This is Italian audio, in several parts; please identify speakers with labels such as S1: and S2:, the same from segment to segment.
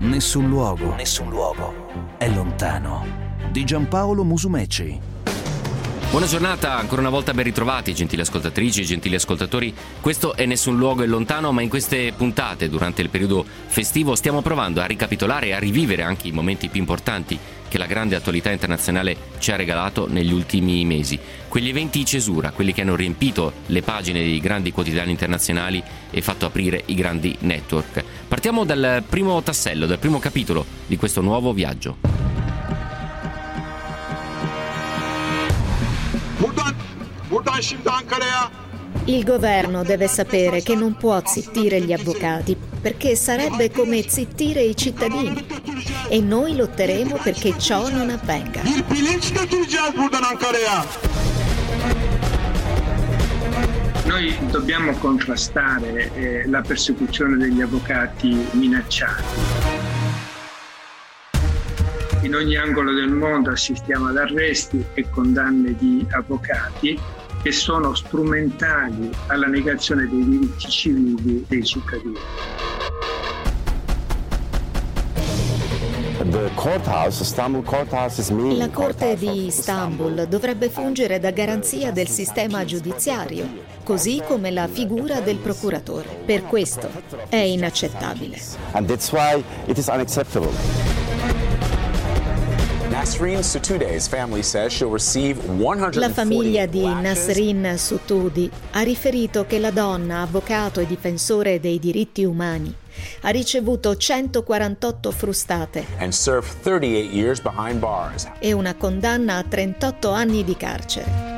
S1: Nessun luogo è lontano. Di Giampaolo Musumeci.
S2: Buona giornata, ancora una volta ben ritrovati, gentili ascoltatrici e gentili ascoltatori. Questo è Nessun luogo è lontano, ma in queste puntate, durante il periodo festivo, stiamo provando a ricapitolare e a rivivere anche i momenti più importanti che la grande attualità internazionale ci ha regalato negli ultimi mesi. Quegli eventi cesura, quelli che hanno riempito le pagine dei grandi quotidiani internazionali e fatto aprire i grandi network. Partiamo dal primo tassello, dal primo capitolo di questo nuovo viaggio.
S3: Il governo deve sapere che non può zittire gli avvocati, perché sarebbe come zittire i cittadini. E noi lotteremo perché ciò non avvenga.
S4: Noi dobbiamo contrastare la persecuzione degli avvocati minacciati. In ogni angolo del mondo assistiamo ad arresti e condanne di avvocati che sono strumentali alla negazione dei diritti civili dei cittadini.
S3: La Corte di Istanbul dovrebbe fungere da garanzia del sistema giudiziario, così come la figura del procuratore. Per questo è inaccettabile. La famiglia di Nasrin Sotoudeh ha riferito che la donna, avvocato e difensore dei diritti umani, ha ricevuto 148 frustate e una condanna a 38 anni di carcere.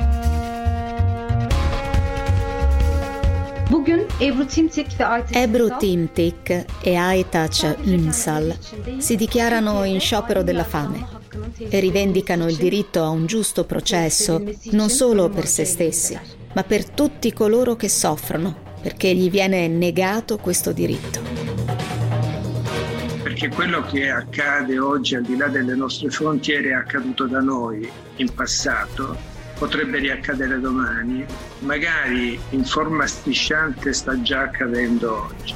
S3: Ebru Timtik e Aytaç Ünsal si dichiarano in sciopero della fame e rivendicano il diritto a un giusto processo non solo per se stessi, ma per tutti coloro che soffrono, perché gli viene negato questo diritto.
S4: Perché quello che accade oggi al di là delle nostre frontiere è accaduto da noi in passato, potrebbe riaccadere domani, magari in forma strisciante sta già accadendo oggi.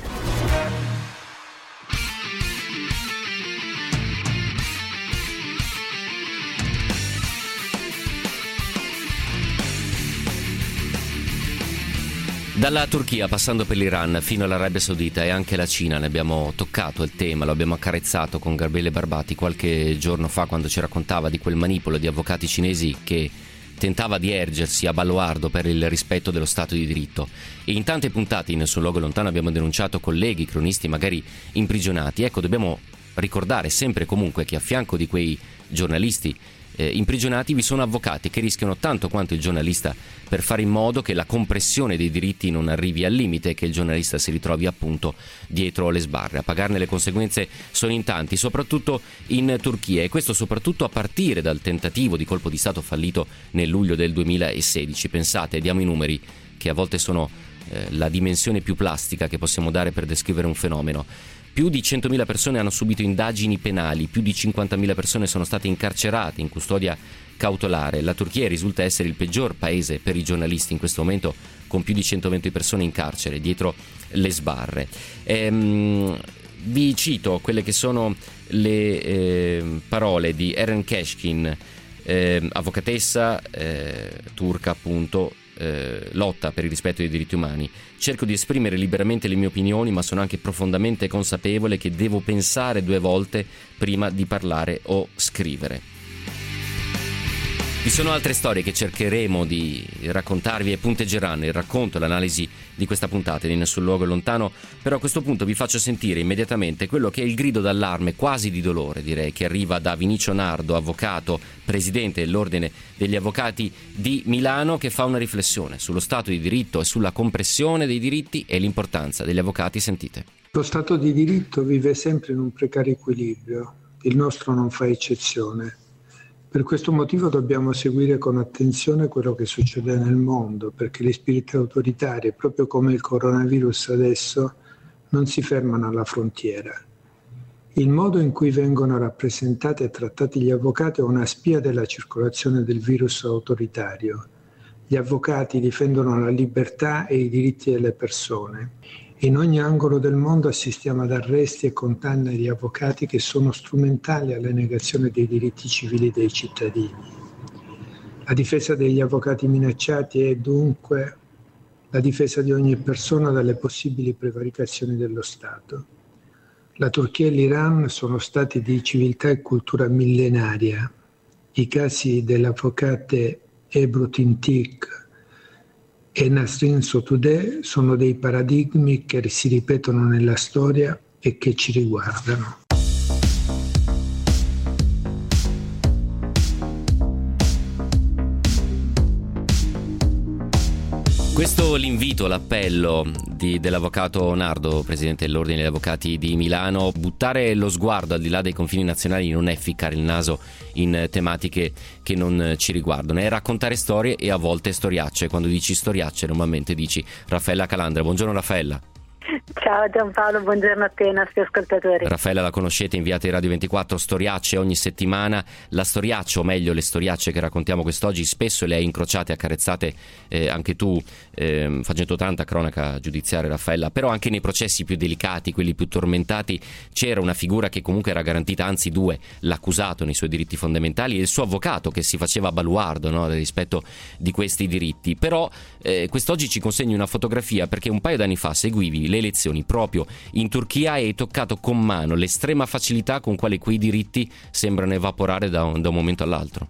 S2: Dalla Turchia, passando per l'Iran, fino all'Arabia Saudita e anche la Cina, ne abbiamo toccato il tema, lo abbiamo accarezzato con Gabriele Barbati qualche giorno fa quando ci raccontava di quel manipolo di avvocati cinesi che tentava di ergersi a baluardo per il rispetto dello Stato di diritto. E in tante puntate in Nessun luogo lontano abbiamo denunciato colleghi, cronisti magari imprigionati. Ecco, dobbiamo ricordare sempre e comunque che a fianco di quei giornalisti imprigionati vi sono avvocati che rischiano tanto quanto il giornalista per fare in modo che la compressione dei diritti non arrivi al limite e che il giornalista si ritrovi appunto dietro le sbarre. A pagarne le conseguenze sono in tanti, soprattutto in Turchia, e questo soprattutto a partire dal tentativo di colpo di Stato fallito nel luglio del 2016. Pensate, diamo i numeri che a volte sono la dimensione più plastica che possiamo dare per descrivere un fenomeno. Più di 100.000 persone hanno subito indagini penali, più di 50.000 persone sono state incarcerate in custodia cautelare. La Turchia risulta essere il peggior paese per i giornalisti in questo momento, con più di 120 persone in carcere dietro le sbarre. Vi cito quelle che sono le parole di Eren Keşkin, avvocatessa turca appunto, lotta per il rispetto dei diritti umani. Cerco di esprimere liberamente le mie opinioni, ma sono anche profondamente consapevole che devo pensare 2 volte prima di parlare o scrivere. Vi sono altre storie che cercheremo di raccontarvi e punteggeranno il racconto e l'analisi di questa puntata di Nessun luogo è lontano, però a questo punto vi faccio sentire immediatamente quello che è il grido d'allarme, quasi di dolore direi, che arriva da Vinicio Nardo, avvocato, presidente dell'Ordine degli Avvocati di Milano, che fa una riflessione sullo Stato di diritto e sulla compressione dei diritti e l'importanza degli avvocati. Sentite.
S5: Lo Stato di diritto vive sempre in un precario equilibrio, il nostro non fa eccezione. Per questo motivo dobbiamo seguire con attenzione quello che succede nel mondo, perché gli spiriti autoritari, proprio come il coronavirus adesso, non si fermano alla frontiera. Il modo in cui vengono rappresentati e trattati gli avvocati è una spia della circolazione del virus autoritario. Gli avvocati difendono la libertà e i diritti delle persone In ogni angolo del mondo assistiamo ad arresti e condanne di avvocati che sono strumentali alla negazione dei diritti civili dei cittadini. La difesa degli avvocati minacciati è dunque la difesa di ogni persona dalle possibili prevaricazioni dello Stato. La Turchia e l'Iran sono stati di civiltà e cultura millenaria. I casi delle avvocate Ebru Tintik e Nasrin Sotoudeh sono dei paradigmi che si ripetono nella storia e che ci riguardano.
S2: Questo l'invito, l'appello dell'avvocato Nardo, presidente dell'Ordine degli Avvocati di Milano. Buttare lo sguardo al di là dei confini nazionali non è ficcare il naso in tematiche che non ci riguardano, è raccontare storie e a volte storiacce. Quando dici storiacce normalmente dici Raffaella Calandra. Buongiorno Raffaella.
S6: Ciao Giampaolo, buongiorno a te e ai nostri ascoltatori.
S2: Raffaella la conoscete, inviata di Radio 24, storiacce ogni settimana. La storiaccia, o meglio le storiacce che raccontiamo quest'oggi, spesso le hai incrociate, accarezzate anche tu, facendo tanta cronaca giudiziaria, Raffaella, però anche nei processi più delicati, quelli più tormentati, c'era una figura che comunque era garantita, anzi due, l'accusato nei suoi diritti fondamentali e il suo avvocato che si faceva baluardo, no, rispetto di questi diritti. Però quest'oggi ci consegni una fotografia, perché un paio d'anni fa seguivi le elezioni proprio in Turchia e hai toccato con mano l'estrema facilità con quale quei diritti sembrano evaporare da un momento all'altro.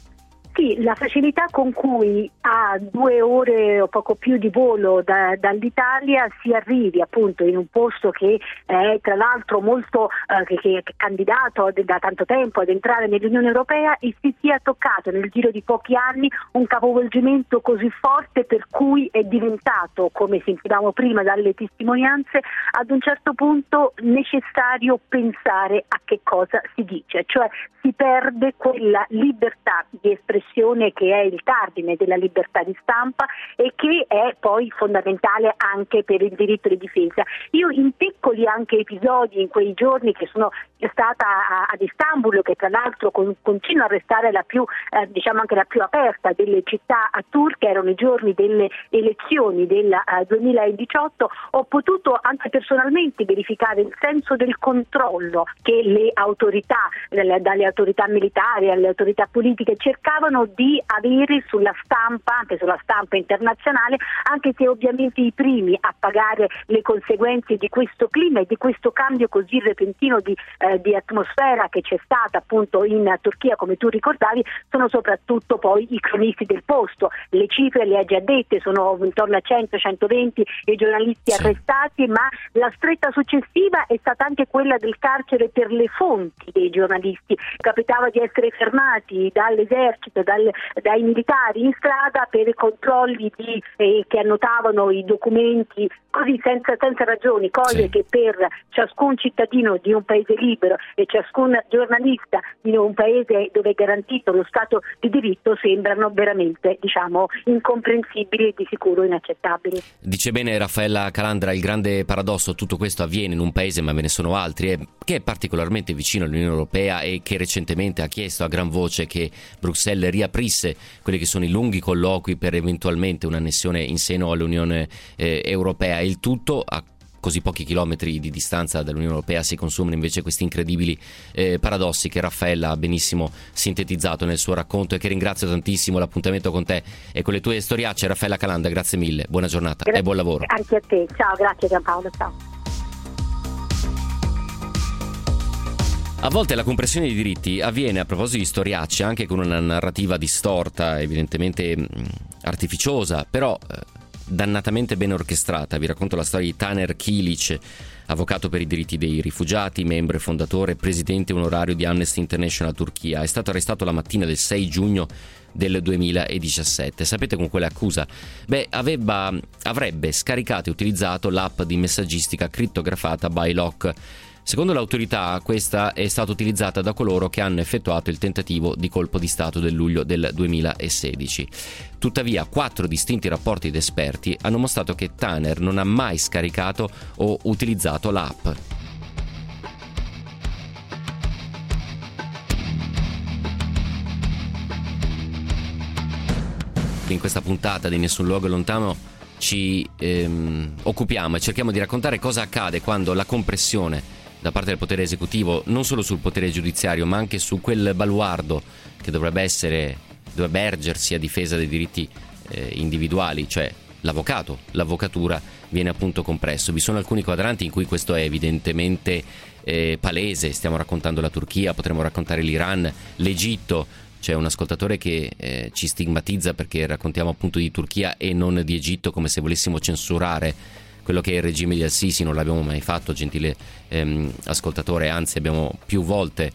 S6: Sì, la facilità con cui a 2 ore o poco più di volo dall'Italia si arrivi appunto in un posto che è tra l'altro molto che è candidato da tanto tempo ad entrare nell'Unione Europea e si sia toccato nel giro di pochi anni un capovolgimento così forte per cui è diventato, come sentivamo prima dalle testimonianze, ad un certo punto necessario pensare a che cosa si dice, cioè si perde quella libertà di espressione che è il cardine della libertà di stampa e che è poi fondamentale anche per il diritto di difesa. Io in piccoli anche episodi in quei giorni che sono stata ad Istanbul, che tra l'altro continua a restare la più diciamo anche la più aperta delle città turche, erano i giorni delle elezioni del 2018, ho potuto anche personalmente verificare il senso del controllo che le autorità, dalle autorità militari alle autorità politiche, cercavano di avere sulla stampa, anche sulla stampa internazionale, anche se ovviamente i primi a pagare le conseguenze di questo clima e di questo cambio così repentino di atmosfera che c'è stata appunto in Turchia, come tu ricordavi, sono soprattutto poi i cronisti del posto. Le cifre le hai già dette, sono intorno a 100-120 i giornalisti arrestati, ma la stretta successiva è stata anche quella del carcere per le fonti dei giornalisti. Capitava di essere fermati dall'esercito, dai militari in strada per controlli che annotavano i documenti così senza ragioni, cose che per ciascun cittadino di un paese libero e ciascun giornalista di un paese dove è garantito lo Stato di diritto sembrano veramente, diciamo, incomprensibili e di sicuro inaccettabili.
S2: Dice bene Raffaella Calandra, il grande paradosso, tutto questo avviene in un paese, ma ve ne sono altri, che è particolarmente vicino all'Unione Europea e che recentemente ha chiesto a gran voce che Bruxelles riaprisse quelli che sono i lunghi colloqui per eventualmente un'annessione in seno all'Unione Europea. Il tutto a così pochi chilometri di distanza dall'Unione Europea si consumano invece questi incredibili paradossi che Raffaella ha benissimo sintetizzato nel suo racconto e che ringrazio tantissimo. L'appuntamento con te e con le tue storiacce. Raffaella Calandra, grazie mille, buona giornata e buon lavoro.
S6: Anche a te, ciao, grazie Giampaolo, ciao.
S2: A volte la compressione dei diritti avviene, a proposito di storiacce, anche con una narrativa distorta, evidentemente artificiosa, però dannatamente ben orchestrata. Vi racconto la storia di Taner Kilic, avvocato per i diritti dei rifugiati, membro e fondatore, presidente onorario di Amnesty International Turchia. È stato arrestato la mattina del 6 giugno del 2017. Sapete con quale accusa? Avrebbe scaricato e utilizzato l'app di messaggistica crittografata Bylock. Secondo l'autorità, questa è stata utilizzata da coloro che hanno effettuato il tentativo di colpo di Stato del luglio del 2016. Tuttavia, 4 distinti rapporti di esperti hanno mostrato che Taner non ha mai scaricato o utilizzato l'app. In questa puntata di Nessun luogo lontano ci occupiamo e cerchiamo di raccontare cosa accade quando la compressione da parte del potere esecutivo, non solo sul potere giudiziario, ma anche su quel baluardo che dovrebbe ergersi a difesa dei diritti individuali, cioè l'avvocatura, viene appunto compresso. Vi sono alcuni quadranti in cui questo è evidentemente palese. Stiamo raccontando la Turchia, potremmo raccontare l'Iran, l'Egitto. C'è un ascoltatore che ci stigmatizza perché raccontiamo appunto di Turchia e non di Egitto, come se volessimo censurare quello che è il regime di Al-Sisi. Non l'abbiamo mai fatto, gentile ascoltatore, anzi abbiamo più volte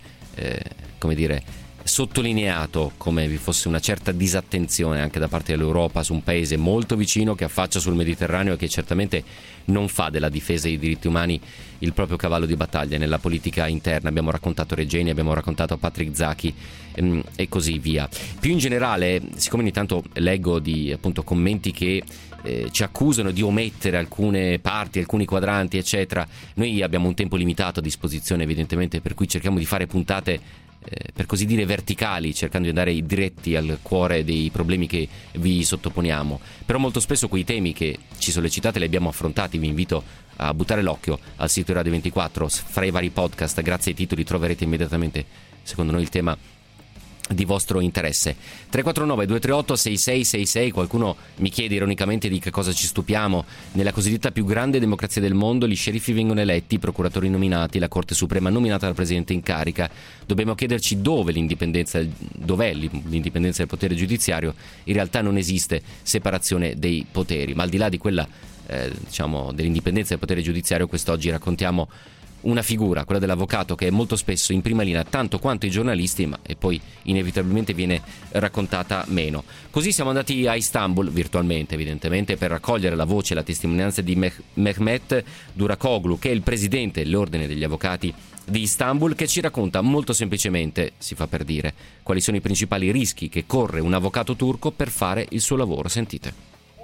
S2: sottolineato come vi fosse una certa disattenzione anche da parte dell'Europa su un paese molto vicino che affaccia sul Mediterraneo e che certamente non fa della difesa dei diritti umani il proprio cavallo di battaglia nella politica interna. Abbiamo raccontato Regeni, abbiamo raccontato Patrick Zaki e così via. Più in generale, siccome ogni tanto leggo di appunto commenti che ci accusano di omettere alcune parti, alcuni quadranti eccetera, noi abbiamo un tempo limitato a disposizione evidentemente, per cui cerchiamo di fare puntate per così dire verticali, cercando di andare diretti al cuore dei problemi che vi sottoponiamo. Però molto spesso quei temi che ci sollecitate li abbiamo affrontati. Vi invito a buttare l'occhio al sito Radio 24, fra i vari podcast, grazie ai titoli troverete immediatamente secondo noi il tema di vostro interesse. 349-238-6666. Qualcuno mi chiede ironicamente di che cosa ci stupiamo. Nella cosiddetta più grande democrazia del mondo gli sceriffi vengono eletti, i procuratori nominati, la Corte Suprema nominata dal Presidente in carica. Dobbiamo chiederci dov'è l'indipendenza del potere giudiziario. In realtà non esiste separazione dei poteri, ma al di là di quella dell'indipendenza del potere giudiziario, quest'oggi raccontiamo una figura, quella dell'avvocato, che è molto spesso in prima linea tanto quanto i giornalisti, e poi inevitabilmente viene raccontata meno. Così siamo andati a Istanbul, virtualmente evidentemente, per raccogliere la voce e la testimonianza di Mehmet Durakoglu, che è il presidente dell'Ordine degli Avvocati di Istanbul, che ci racconta molto semplicemente, si fa per dire, quali sono i principali rischi che corre un avvocato turco per fare il suo lavoro. Sentite.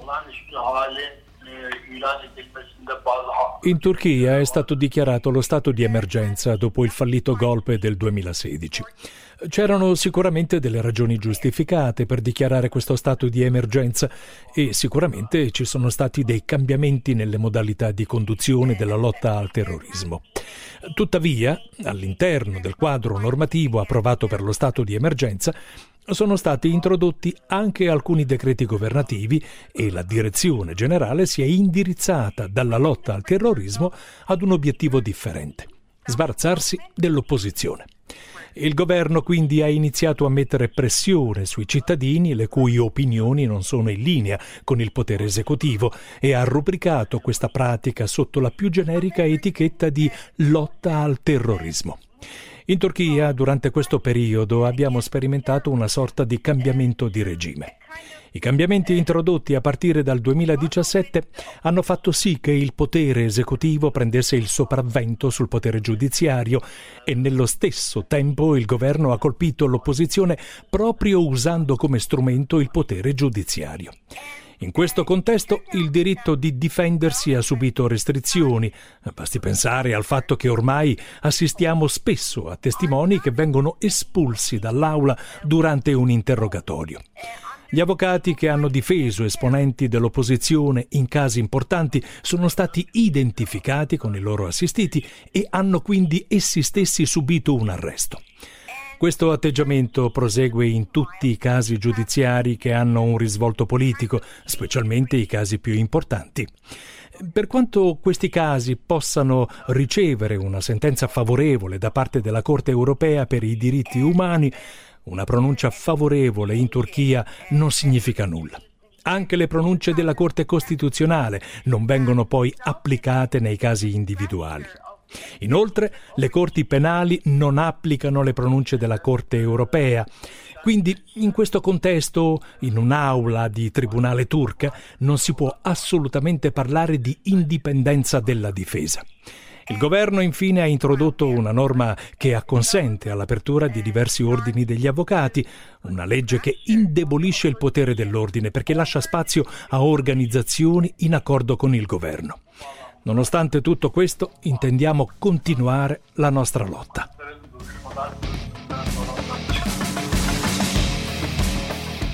S7: In Turchia è stato dichiarato lo stato di emergenza dopo il fallito golpe del 2016. C'erano sicuramente delle ragioni giustificate per dichiarare questo stato di emergenza e sicuramente ci sono stati dei cambiamenti nelle modalità di conduzione della lotta al terrorismo. Tuttavia, all'interno del quadro normativo approvato per lo stato di emergenza, sono stati introdotti anche alcuni decreti governativi e la direzione generale si è indirizzata dalla lotta al terrorismo ad un obiettivo differente: sbarazzarsi dell'opposizione. Il governo quindi ha iniziato a mettere pressione sui cittadini le cui opinioni non sono in linea con il potere esecutivo e ha rubricato questa pratica sotto la più generica etichetta di lotta al terrorismo. In Turchia, durante questo periodo, abbiamo sperimentato una sorta di cambiamento di regime. I cambiamenti introdotti a partire dal 2017 hanno fatto sì che il potere esecutivo prendesse il sopravvento sul potere giudiziario e nello stesso tempo il governo ha colpito l'opposizione proprio usando come strumento il potere giudiziario. In questo contesto il diritto di difendersi ha subito restrizioni. Basti pensare al fatto che ormai assistiamo spesso a testimoni che vengono espulsi dall'aula durante un interrogatorio. Gli avvocati che hanno difeso esponenti dell'opposizione in casi importanti sono stati identificati con i loro assistiti e hanno quindi essi stessi subito un arresto. Questo atteggiamento prosegue in tutti i casi giudiziari che hanno un risvolto politico, specialmente i casi più importanti. Per quanto questi casi possano ricevere una sentenza favorevole da parte della Corte europea per i diritti umani, una pronuncia favorevole in Turchia non significa nulla. Anche le pronunce della Corte Costituzionale non vengono poi applicate nei casi individuali. Inoltre, le corti penali non applicano le pronunce della Corte europea. Quindi, in questo contesto, in un'aula di tribunale turca, non si può assolutamente parlare di indipendenza della difesa. Il governo infine ha introdotto una norma che acconsente all'apertura di diversi ordini degli avvocati, una legge che indebolisce il potere dell'ordine perché lascia spazio a organizzazioni in accordo con il governo. Nonostante tutto questo, intendiamo continuare la nostra lotta.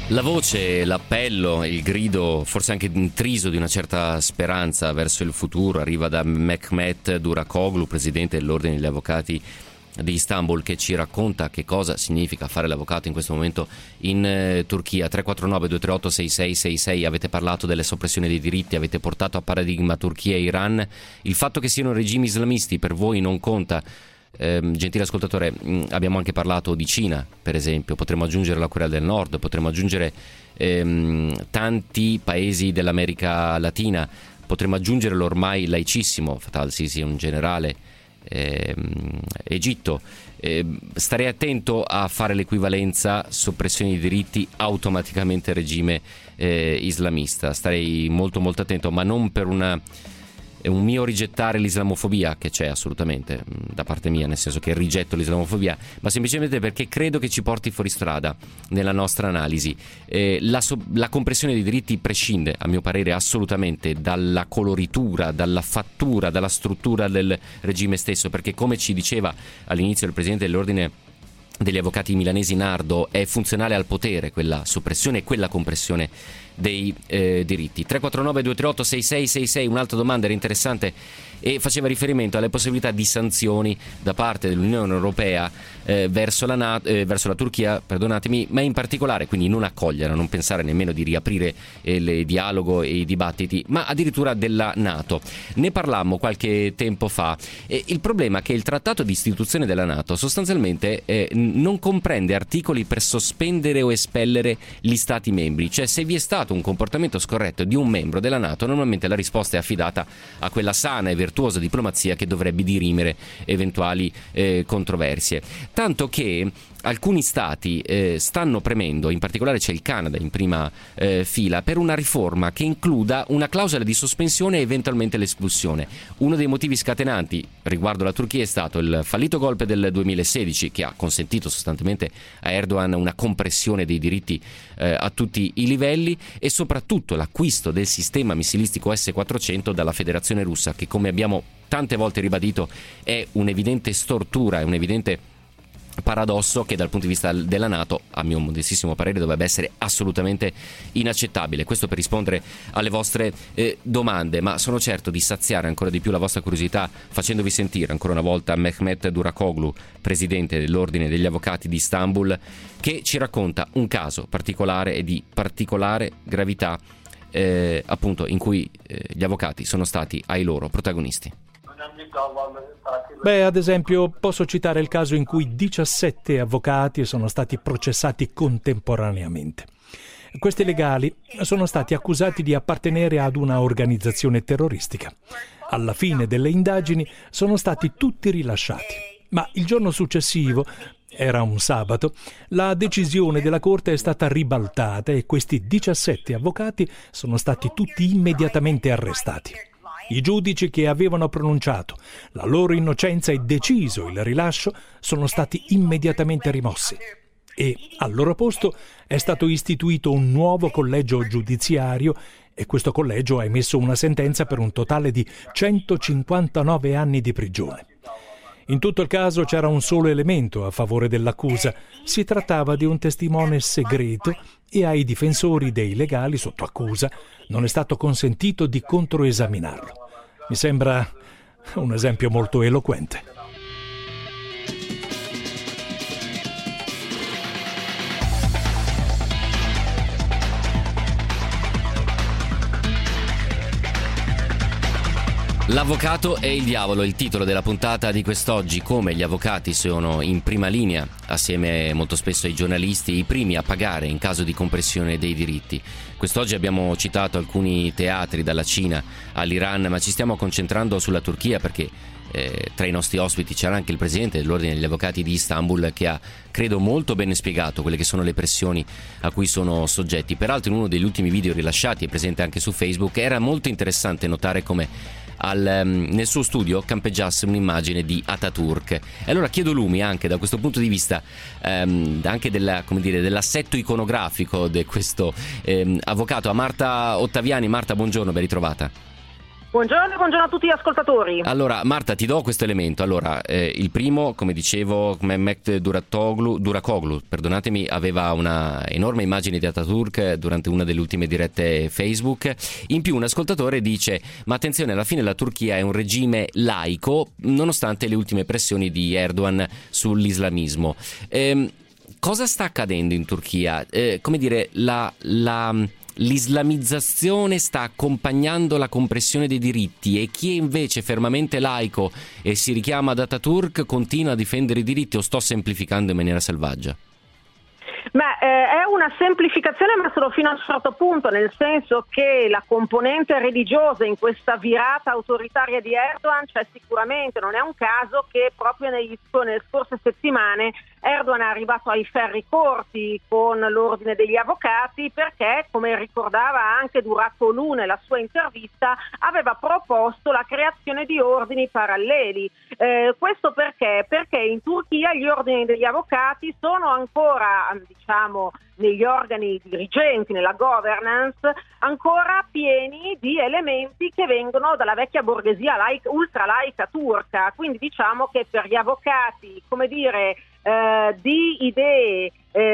S2: La voce, l'appello, il grido, forse anche intriso di una certa speranza verso il futuro, arriva da Mehmet Durakoglu, presidente dell'Ordine degli Avvocati di Istanbul, che ci racconta che cosa significa fare l'avvocato in questo momento in Turchia. 349-238-6666. Avete parlato delle soppressioni dei diritti, avete portato a paradigma Turchia e Iran. Il fatto che siano regimi islamisti per voi non conta? Gentile ascoltatore, abbiamo anche parlato di Cina, per esempio, potremmo aggiungere la Corea del Nord, potremmo aggiungere tanti paesi dell'America Latina, potremmo aggiungere l'ormai laicissimo Fattah al-Sisi, un generale, Egitto. Starei attento a fare l'equivalenza soppressione di diritti automaticamente regime islamista, starei molto molto attento, ma non per è un mio rigettare l'islamofobia, che c'è assolutamente da parte mia, nel senso che rigetto l'islamofobia, ma semplicemente perché credo che ci porti fuori strada nella nostra analisi. La compressione dei diritti prescinde, a mio parere, assolutamente dalla coloritura, dalla fattura, dalla struttura del regime stesso, perché come ci diceva all'inizio il presidente dell'Ordine degli Avvocati milanesi Nardo, è funzionale al potere quella soppressione e quella compressione dei diritti. 349-238-6666. Un'altra domanda era interessante e faceva riferimento alle possibilità di sanzioni da parte dell'Unione Europea verso la Turchia, perdonatemi, ma in particolare, quindi non accogliere, non pensare nemmeno di riaprire il dialogo e i dibattiti, ma addirittura della NATO. Ne parlammo qualche tempo fa. Il problema è che il trattato di istituzione della NATO sostanzialmente non comprende articoli per sospendere o espellere gli stati membri, cioè se vi è stato un comportamento scorretto di un membro della NATO, normalmente la risposta è affidata a quella sana e virtuosa diplomazia che dovrebbe dirimere eventuali controversie. Tanto che alcuni stati stanno premendo, in particolare c'è il Canada in prima fila, per una riforma che includa una clausola di sospensione e eventualmente l'espulsione. Uno dei motivi scatenanti riguardo la Turchia è stato il fallito golpe del 2016, che ha consentito sostanzialmente a Erdogan una compressione dei diritti a tutti i livelli, e soprattutto l'acquisto del sistema missilistico S-400 dalla Federazione Russa, che, come abbiamo tante volte ribadito, è un'evidente stortura, è un evidente paradosso che dal punto di vista della NATO, a mio modestissimo parere, dovrebbe essere assolutamente inaccettabile. Questo per rispondere alle vostre domande, ma sono certo di saziare ancora di più la vostra curiosità facendovi sentire ancora una volta Mehmet Durakoglu, presidente dell'Ordine degli Avvocati di Istanbul, che ci racconta un caso particolare e di particolare gravità, appunto, in cui gli avvocati sono stati ai loro protagonisti.
S7: Ad esempio, posso citare il caso in cui 17 avvocati sono stati processati contemporaneamente. Questi legali sono stati accusati di appartenere ad una organizzazione terroristica. Alla fine delle indagini sono stati tutti rilasciati, ma il giorno successivo, era un sabato, la decisione della Corte è stata ribaltata e questi 17 avvocati sono stati tutti immediatamente arrestati. I giudici che avevano pronunciato la loro innocenza e deciso il rilascio sono stati immediatamente rimossi e al loro posto è stato istituito un nuovo collegio giudiziario e questo collegio ha emesso una sentenza per un totale di 159 anni di prigione. In tutto il caso c'era un solo elemento a favore dell'accusa. Si trattava di un testimone segreto e ai difensori dei legali sotto accusa non è stato consentito di controesaminarlo. Mi sembra un esempio molto eloquente.
S2: L'avvocato e il diavolo, il titolo della puntata di quest'oggi. Come gli avvocati sono in prima linea, assieme molto spesso ai giornalisti, i primi a pagare in caso di compressione dei diritti. Quest'oggi abbiamo citato alcuni teatri, dalla Cina all'Iran, ma ci stiamo concentrando sulla Turchia perché tra i nostri ospiti c'era anche il presidente dell'Ordine degli Avvocati di Istanbul, che ha, credo, molto bene spiegato quelle che sono le pressioni a cui sono soggetti. Peraltro in uno degli ultimi video rilasciati e presente anche su Facebook era molto interessante notare come nel suo studio campeggiasse un'immagine di Ataturk. E allora chiedo lumi anche da questo punto di vista, anche dell'assetto iconografico di questo avvocato, a Marta Ottaviani. Marta, buongiorno, ben ritrovata.
S8: Buongiorno a tutti gli ascoltatori.
S2: Allora, Marta, ti do questo elemento. Allora, il primo, come dicevo, Mehmet Durakoglu, perdonatemi, aveva una enorme immagine di Ataturk durante una delle ultime dirette Facebook. In più, un ascoltatore dice: ma attenzione, alla fine la Turchia è un regime laico, nonostante le ultime pressioni di Erdogan sull'islamismo. Cosa sta accadendo in Turchia? Come dire, l'islamizzazione sta accompagnando la compressione dei diritti, e chi è invece fermamente laico e si richiama ad Ataturk continua a difendere i diritti, o sto semplificando in maniera selvaggia?
S8: È una semplificazione, ma solo fino a un certo punto, nel senso che la componente religiosa in questa virata autoritaria di Erdogan c'è sicuramente. Non è un caso che proprio nelle scorse settimane Erdogan è arrivato ai ferri corti con l'ordine degli avvocati, perché, come ricordava anche Durakoglu nella sua intervista, aveva proposto la creazione di ordini paralleli. Questo perché? Perché in Turchia gli ordini degli avvocati sono ancora, negli organi dirigenti, nella governance, ancora pieni di elementi che vengono dalla vecchia borghesia ultralaica turca. Quindi diciamo che per gli avvocati, di idee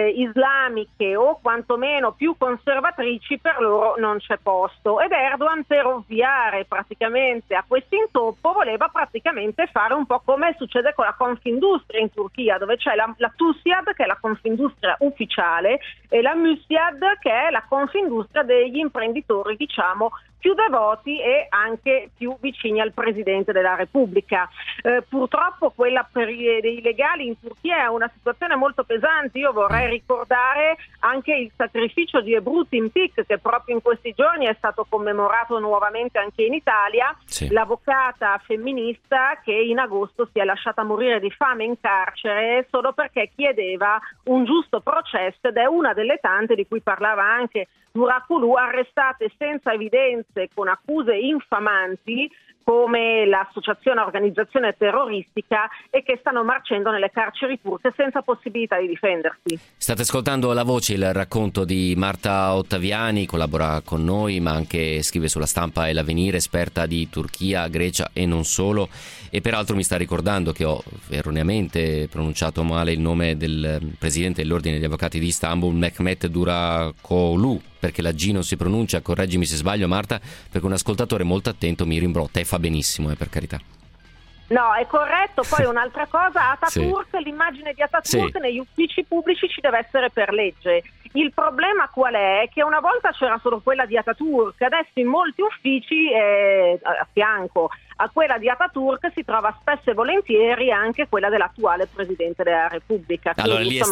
S8: islamiche o quantomeno più conservatrici, per loro non c'è posto, ed Erdogan, per ovviare praticamente a questo intoppo, voleva praticamente fare un po' come succede con la Confindustria in Turchia, dove c'è la TUSIAD, che è la Confindustria ufficiale, e la MÜSIAD, che è la Confindustria degli imprenditori più devoti e anche più vicini al Presidente della Repubblica. Purtroppo quella per i legali in Turchia è una situazione molto pesante. Io vorrei ricordare anche il sacrificio di Ebru Timtik, che proprio in questi giorni è stato commemorato nuovamente anche in Italia, sì. L'avvocata femminista che in agosto si è lasciata morire di fame in carcere solo perché chiedeva un giusto processo, ed è una delle tante di cui parlava anche Durakoglu, arrestate senza evidenze, con accuse infamanti come l'associazione a organizzazione terroristica, e che stanno marcendo nelle carceri turche senza possibilità di difendersi.
S2: State ascoltando La Voce, il racconto di Marta Ottaviani, collabora con noi ma anche scrive sulla Stampa e l'Avvenire, esperta di Turchia, Grecia e non solo, e peraltro mi sta ricordando che ho erroneamente pronunciato male il nome del presidente dell'Ordine degli Avvocati di Istanbul, Mehmet Durakoglu, perché la G non si pronuncia, correggimi se sbaglio Marta, perché un ascoltatore molto attento mi rimbrotta, e fa benissimo, per carità.
S8: No, è corretto. Poi un'altra cosa, Ataturk, sì. L'immagine di Ataturk, sì, negli uffici pubblici ci deve essere per legge. Il problema qual è? Che una volta c'era solo quella di Ataturk, adesso in molti uffici a fianco a quella di Ataturk si trova spesso e volentieri anche quella dell'attuale Presidente della Repubblica. Quindi,
S2: allora lì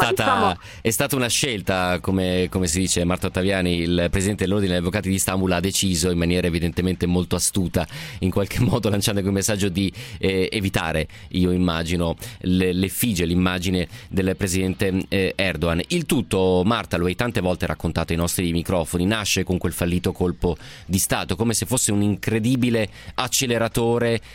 S2: è stata una scelta, come si dice, Marta Ottaviani, il Presidente dell'Ordine degli Avvocati di Istanbul ha deciso in maniera evidentemente molto astuta, in qualche modo lanciando quel messaggio di evitare, io immagino, l'effigie, l'immagine del Presidente Erdogan. Il tutto, Marta, lo hai tante volte raccontato ai nostri microfoni, nasce con quel fallito colpo di Stato, come se fosse un incredibile acceleratore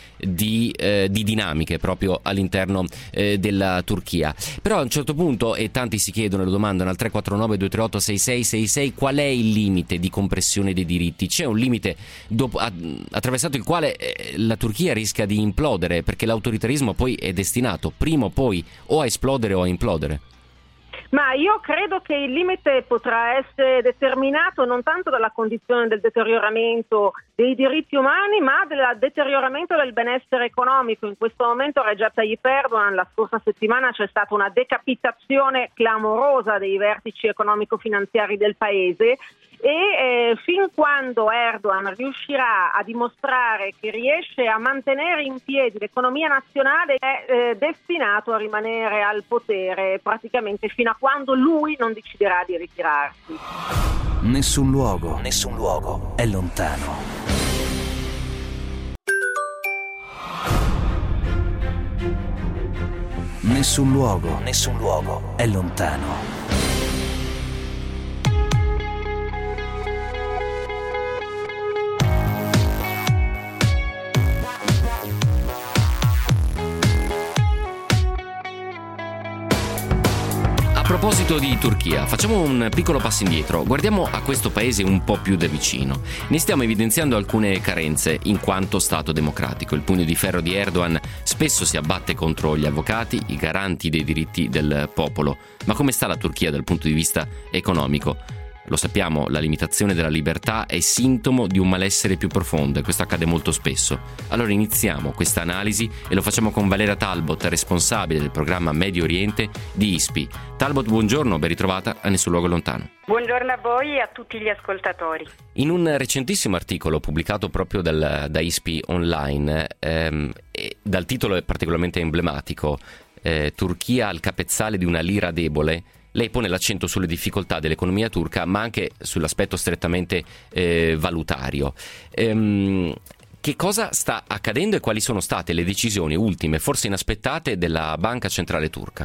S2: di dinamiche proprio all'interno della Turchia. Però a un certo punto, e tanti si chiedono e lo domandano al 349 238 6666, qual è il limite di compressione dei diritti? C'è un limite attraversato il quale la Turchia rischia di implodere, perché l'autoritarismo poi è destinato prima o poi o a esplodere o a implodere.
S8: Ma io credo che il limite potrà essere determinato non tanto dalla condizione del deterioramento dei diritti umani, ma del deterioramento del benessere economico. In questo momento Recep Tayyip Erdogan, la scorsa settimana c'è stata una decapitazione clamorosa dei vertici economico-finanziari del paese, e fin quando Erdogan riuscirà a dimostrare che riesce a mantenere in piedi l'economia nazionale, è destinato a rimanere al potere praticamente fino a quando lui non deciderà di ritirarsi.
S1: Nessun luogo è lontano. Nessun luogo è lontano.
S2: A proposito di Turchia, facciamo un piccolo passo indietro, guardiamo a questo paese un po' più da vicino. Ne stiamo evidenziando alcune carenze in quanto Stato democratico. Il pugno di ferro di Erdogan spesso si abbatte contro gli avvocati, i garanti dei diritti del popolo. Ma come sta la Turchia dal punto di vista economico? Lo sappiamo, la limitazione della libertà è sintomo di un malessere più profondo e questo accade molto spesso. Allora iniziamo questa analisi e lo facciamo con Valeria Talbot, responsabile del programma Medio Oriente di ISPI. Talbot, buongiorno, ben ritrovata a Nessun Luogo Lontano.
S9: Buongiorno a voi e a tutti gli ascoltatori.
S2: In un recentissimo articolo pubblicato proprio da ISPI Online, dal titolo particolarmente emblematico, Turchia al capezzale di una lira debole, lei pone l'accento sulle difficoltà dell'economia turca, ma anche sull'aspetto strettamente valutario. Che cosa sta accadendo e quali sono state le decisioni ultime, forse inaspettate, della Banca Centrale Turca?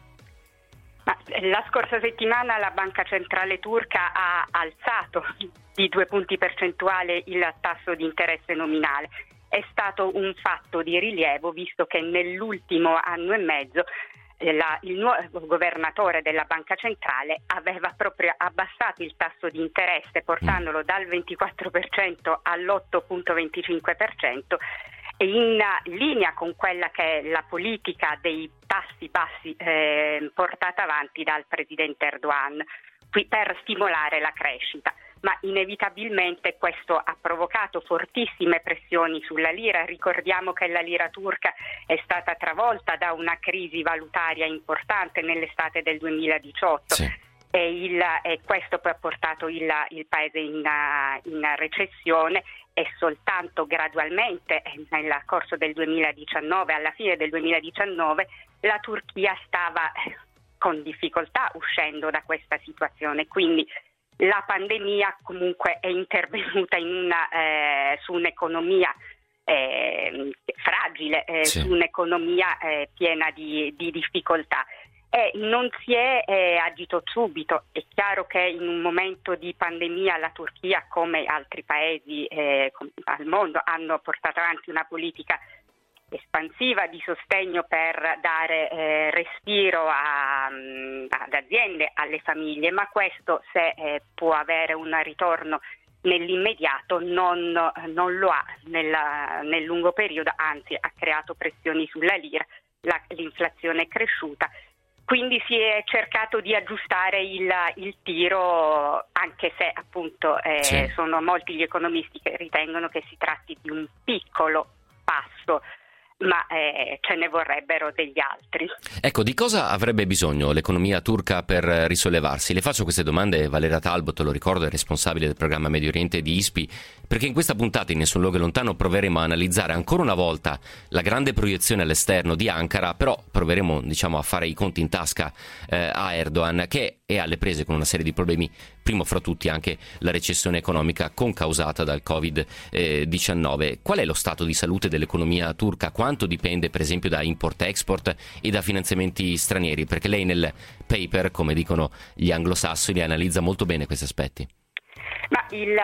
S9: La scorsa settimana la Banca Centrale Turca ha alzato di 2 punti percentuali il tasso di interesse nominale. È stato un fatto di rilievo, visto che nell'ultimo anno e mezzo il nuovo governatore della Banca Centrale aveva proprio abbassato il tasso di interesse, portandolo dal 24% all'8,25%, e in linea con quella che è la politica dei tassi bassi portata avanti dal presidente Erdogan per stimolare la crescita. Ma inevitabilmente questo ha provocato fortissime pressioni sulla lira. Ricordiamo che la lira turca è stata travolta da una crisi valutaria importante nell'estate del 2018. Sì. E questo poi ha portato il paese in recessione, e soltanto gradualmente nel corso del 2019, alla fine del 2019, la Turchia stava con difficoltà uscendo da questa situazione. Quindi la pandemia comunque è intervenuta su un'economia fragile, sì, su un'economia piena di difficoltà, e non si è agito subito. È chiaro che in un momento di pandemia la Turchia, come altri paesi al mondo, hanno portato avanti una politica espansiva di sostegno per dare respiro ad aziende, alle famiglie, ma questo, se può avere un ritorno nell'immediato, non lo ha nel lungo periodo, anzi ha creato pressioni sulla lira, l'inflazione è cresciuta, quindi si è cercato di aggiustare il tiro, anche se appunto sì, sono molti gli economisti che ritengono che si tratti di un piccolo passo, ma ce ne vorrebbero degli altri.
S2: Ecco, di cosa avrebbe bisogno l'economia turca per risollevarsi? Le faccio queste domande, Valeria Talbot, lo ricordo, è responsabile del programma Medio Oriente di ISPI, perché in questa puntata in Nessun Luogo Lontano proveremo a analizzare ancora una volta la grande proiezione all'esterno di Ankara, però proveremo, a fare i conti in tasca a Erdogan, che è alle prese con una serie di problemi, primo fra tutti anche la recessione economica concausata dal Covid-19. Qual è lo stato di salute dell'economia turca? Quanto dipende per esempio da import-export e da finanziamenti stranieri? Perché lei nel paper, come dicono gli anglosassoni, analizza molto bene questi aspetti.
S9: Ma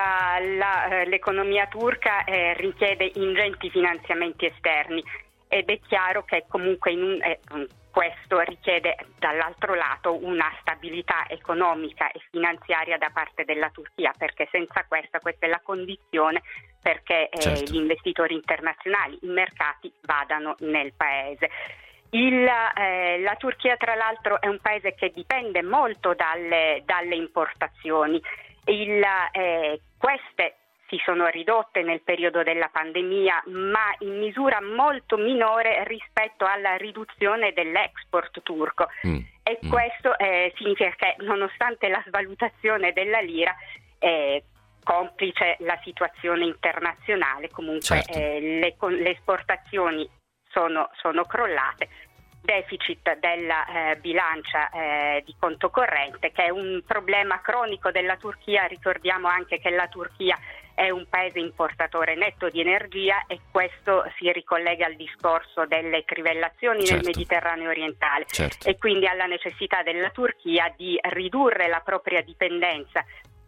S9: l'economia turca richiede ingenti finanziamenti esterni, ed è chiaro che comunque questo richiede dall'altro lato una stabilità economica e finanziaria da parte della Turchia, perché senza questa è la condizione perché certo, gli investitori internazionali, i mercati vadano nel paese. La Turchia, tra l'altro, è un paese che dipende molto dalle importazioni. Queste si sono ridotte nel periodo della pandemia, ma in misura molto minore rispetto alla riduzione dell'export turco. E questo significa che, nonostante la svalutazione della lira, complice la situazione internazionale, comunque certo, le esportazioni sono crollate. Deficit della bilancia di conto corrente, che è un problema cronico della Turchia. Ricordiamo anche che la Turchia è un paese importatore netto di energia, e questo si ricollega al discorso delle trivellazioni certo, nel Mediterraneo orientale, certo, e quindi alla necessità della Turchia di ridurre la propria dipendenza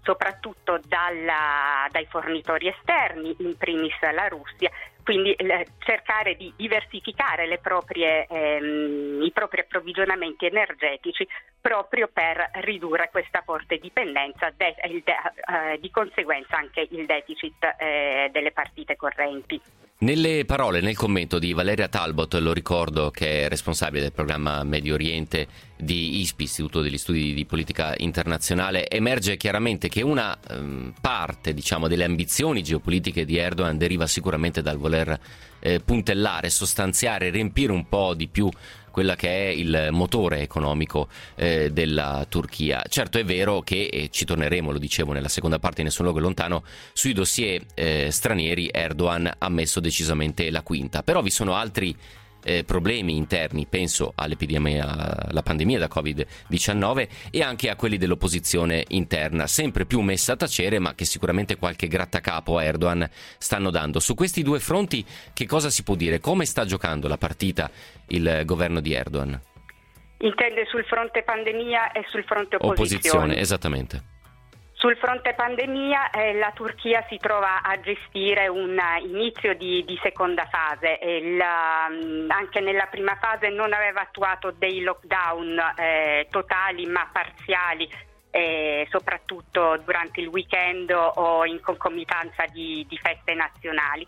S9: soprattutto dai fornitori esterni, in primis la Russia, quindi cercare di diversificare i propri approvvigionamenti energetici proprio per ridurre questa forte dipendenza di conseguenza anche il deficit delle partite correnti.
S2: Nelle parole, nel commento di Valeria Talbot, lo ricordo, che è responsabile del programma Medio Oriente di ISPI, Istituto degli Studi di Politica Internazionale, emerge chiaramente che una parte, diciamo, delle ambizioni geopolitiche di Erdogan deriva sicuramente dal voler puntellare, sostanziare, riempire un po' di più quella che è il motore economico della Turchia. Certo è vero che, ci torneremo, lo dicevo nella seconda parte di Nessun Luogo Lontano, sui dossier stranieri Erdogan ha messo decisamente la quinta, però vi sono altri problemi interni, penso alla pandemia da Covid-19 e anche a quelli dell'opposizione interna, sempre più messa a tacere, ma che sicuramente qualche grattacapo a Erdogan stanno dando. Su questi due fronti che cosa si può dire? Come sta giocando la partita il governo di Erdogan?
S9: Intende sul fronte pandemia e sul fronte opposizione?
S2: Esattamente.
S9: Sul fronte pandemia la Turchia si trova a gestire un inizio di seconda fase. Anche nella prima fase non aveva attuato dei lockdown totali ma parziali, soprattutto durante il weekend o in concomitanza di feste nazionali.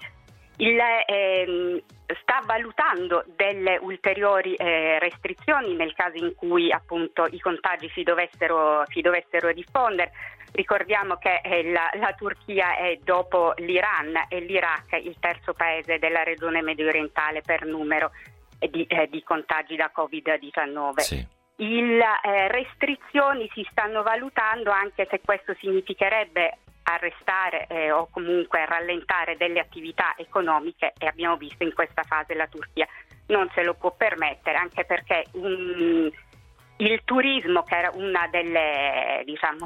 S9: Sta valutando delle ulteriori restrizioni nel caso in cui appunto i contagi si dovessero diffondere. Ricordiamo che la Turchia è, dopo l'Iran e l'Iraq, il terzo paese della regione medio orientale per numero di contagi da Covid-19.
S2: Sì.
S9: Restrizioni si stanno valutando, anche se questo significherebbe arrestare o comunque rallentare delle attività economiche, e abbiamo visto in questa fase la Turchia non se lo può permettere, anche perché il turismo, che era una dei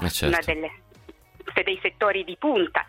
S9: settori di punta